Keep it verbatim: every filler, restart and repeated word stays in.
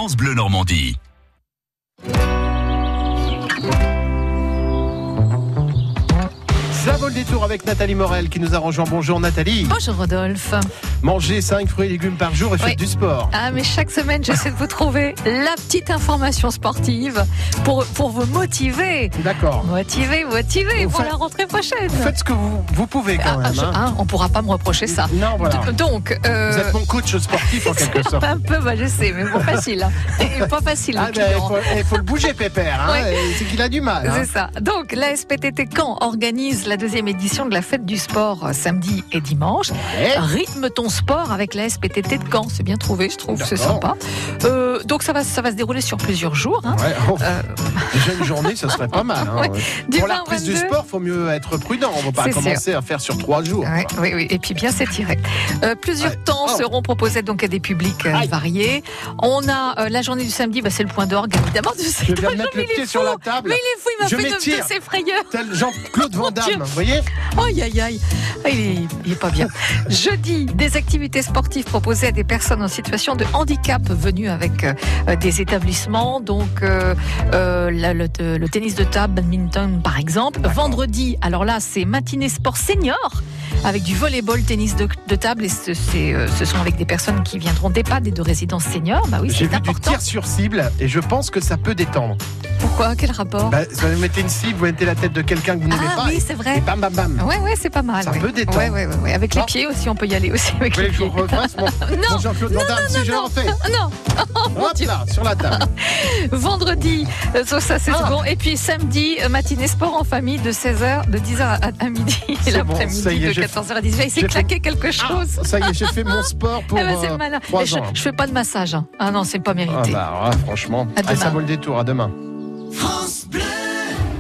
France Bleu Normandie. Ça vaut le détour avec Nathalie Morel qui nous a rejoint. Bonjour Nathalie. Bonjour Rodolphe. Manger cinq fruits et légumes par jour et faites Oui. du sport. Ah mais chaque semaine j'essaie de vous trouver la petite information sportive pour, pour vous motiver. D'accord. Motiver, motiver Vous pour faites- la rentrée prochaine. Vous faites ce que vous, vous pouvez quand Ah, même. je- hein. hein, on pourra pas me reprocher ça. Non, voilà. D- Donc, euh, Vous êtes mon coach sportif en quelque sorte. un peu, bah, je sais, mais pas facile. Hein. Et pas facile. Ah le ben, il client. faut, il faut le bouger Pépère, hein, Ouais. et c'est qu'il a du mal. hein. C'est ça. Donc, la S P T T Caen organise la deuxième édition de la fête du sport euh, samedi et dimanche. Ouais. Rythme ton sport avec la S P T T de Caen. C'est bien trouvé, je trouve. C'est D'accord. sympa. Euh, donc, ça va, ça va se dérouler sur plusieurs jours. Hein. Ouais, oh, Euh, déjà une journée, ça serait pas mal. hein. Ouais. Du Pour la vingt au reprise du vingt-deux. sport, faut mieux être prudent. On ne va pas C'est commencer à faire sur trois jours. Ouais, oui, oui, et puis bien s'étirer. Euh, plusieurs Ouais. temps Oh. seront proposés donc à des publics euh, Aïe. variés. On a euh, la journée du samedi, bah, c'est le point d'orgue évidemment. Je viens de mettre le Mais il est pied sur fou. la table. Mais il est fou, il m'a Je fait de, m'étire. de ses frayeurs. Tel Jean-Claude Van Dieu. Damme, vous voyez. Aïe, aïe, aïe. Ah, il, est, il est pas bien. Jeudi, des activités sportives proposées à des personnes en situation de handicap venues avec euh, des établissements, donc euh, euh, la- le, le tennis de table, badminton par exemple. Vendredi, alors là, c'est matinée sport senior avec du volleyball, tennis de, de table, et ce, c'est, euh, ce sont avec des personnes qui viendront d'EHPAD et de résidences seniors. Bah oui, J'ai c'est vu du important. tir sur cible et je pense que ça peut détendre. Pourquoi? Quel rapport? Bah, vous mettez une cible, vous mettez la tête de quelqu'un que vous n'aimez Ah pas. oui, et- c'est vrai. Et bam, bam, bam. Ouais, ouais, c'est pas mal. Ça ouais. peut détendre. Ouais, ouais, ouais, ouais. Avec les Non. pieds aussi, on peut y aller aussi avec Vous voulez les que je pieds. vous refasse mon, Non, mon Jean-Claude Van Damme si je le refais? non. Hop là, sur la table. Vendredi, euh, ça, ça, c'est Ah. bon. Et puis samedi, euh, matinée sport en famille de seize heures, de dix heures à, à midi. Et C'est bon, l'après-midi ça y est, de j'ai quatorze heures à dix-huit heures. Il s'est j'ai claqué quelque Ah, chose. ça y est, j'ai fait mon sport pour Ah bah, c'est euh, malin. trois Et je, ans. je fais pas de massage. hein. Ah non, c'est pas Ah mérité. bah, ouais, franchement, À Ah, ça demain. vaut le détour. À demain.